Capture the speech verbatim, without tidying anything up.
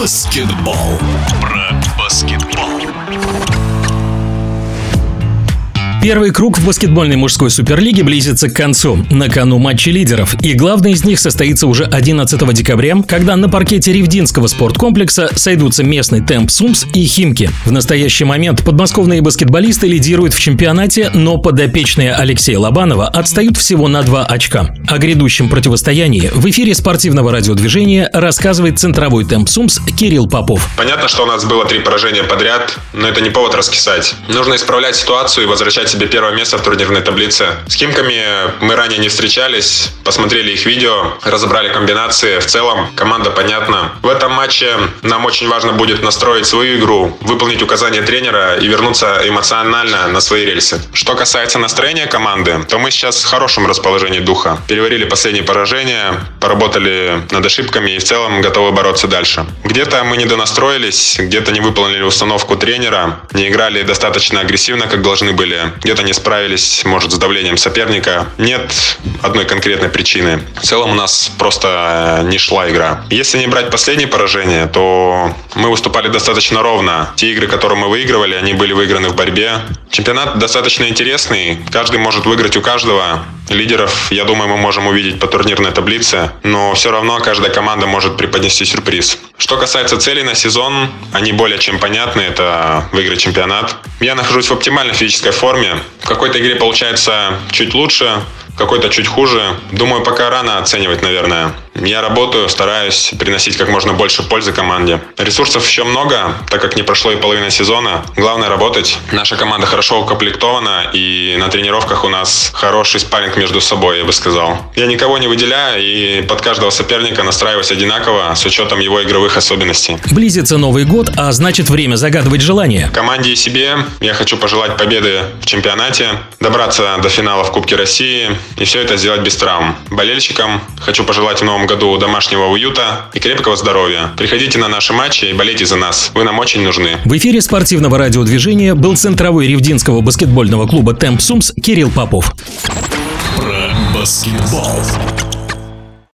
баскетбол. Про баскетбол. Первый круг в баскетбольной мужской суперлиге близится к концу. На кону матчи лидеров. И главный из них состоится уже одиннадцатого декабря, когда на паркете Ревдинского спорткомплекса сойдутся местный темп Сумс и Химки. В настоящий момент подмосковные баскетболисты лидируют в чемпионате, но подопечные Алексея Лобанова отстают всего на два очка. О грядущем противостоянии в эфире спортивного радиодвижения рассказывает центровой темп Сумс Кирилл Попов. Понятно, что у нас было три поражения подряд, но это не повод раскисать. Нужно исправлять ситуацию и возвращать себе первое место в турнирной таблице. С Химками мы ранее не встречались, посмотрели их видео, разобрали комбинации. В целом команда понятна. В этом матче нам очень важно будет настроить свою игру, выполнить указания тренера и вернуться эмоционально на свои рельсы. Что касается настроения команды, то мы сейчас в хорошем расположении духа. Переварили последние поражения, поработали над ошибками и в целом готовы бороться дальше. Где-то мы недонастроились, где-то не выполнили установку тренера, не играли достаточно агрессивно, как должны были. Где-то не справились, может, с давлением соперника. Нет одной конкретной причины. В целом у нас просто не шла игра. Если не брать последние поражения, то мы выступали достаточно ровно. Те игры, которые мы выигрывали, они были выиграны в борьбе. Чемпионат достаточно интересный. Каждый может выиграть у каждого. Лидеров, я думаю, мы можем увидеть по турнирной таблице, но все равно каждая команда может преподнести сюрприз. Что касается целей на сезон, они более чем понятны, это выиграть чемпионат. Я нахожусь в оптимальной физической форме. В какой-то игре получается чуть лучше, в какой-то чуть хуже. Думаю, пока рано оценивать, наверное. Я работаю, стараюсь приносить как можно больше пользы команде. Ресурсов еще много, так как не прошло и половина сезона. Главное работать. Наша команда хорошо укомплектована, и на тренировках у нас хороший спарринг между собой, я бы сказал. Я никого не выделяю, и под каждого соперника настраиваюсь одинаково, с учетом его игровых особенностей. Близится Новый год, а значит время загадывать желания. Команде и себе я хочу пожелать победы в чемпионате, добраться до финала в Кубке России, и все это сделать без травм. Болельщикам хочу пожелать в новом году домашнего уюта и крепкого здоровья. Приходите на наши матчи и болейте за нас. Вы нам очень нужны. В эфире спортивного радиодвижения был центровой Ревдинского баскетбольного клуба Темп Сумс Кирилл Попов. Про баскетбол.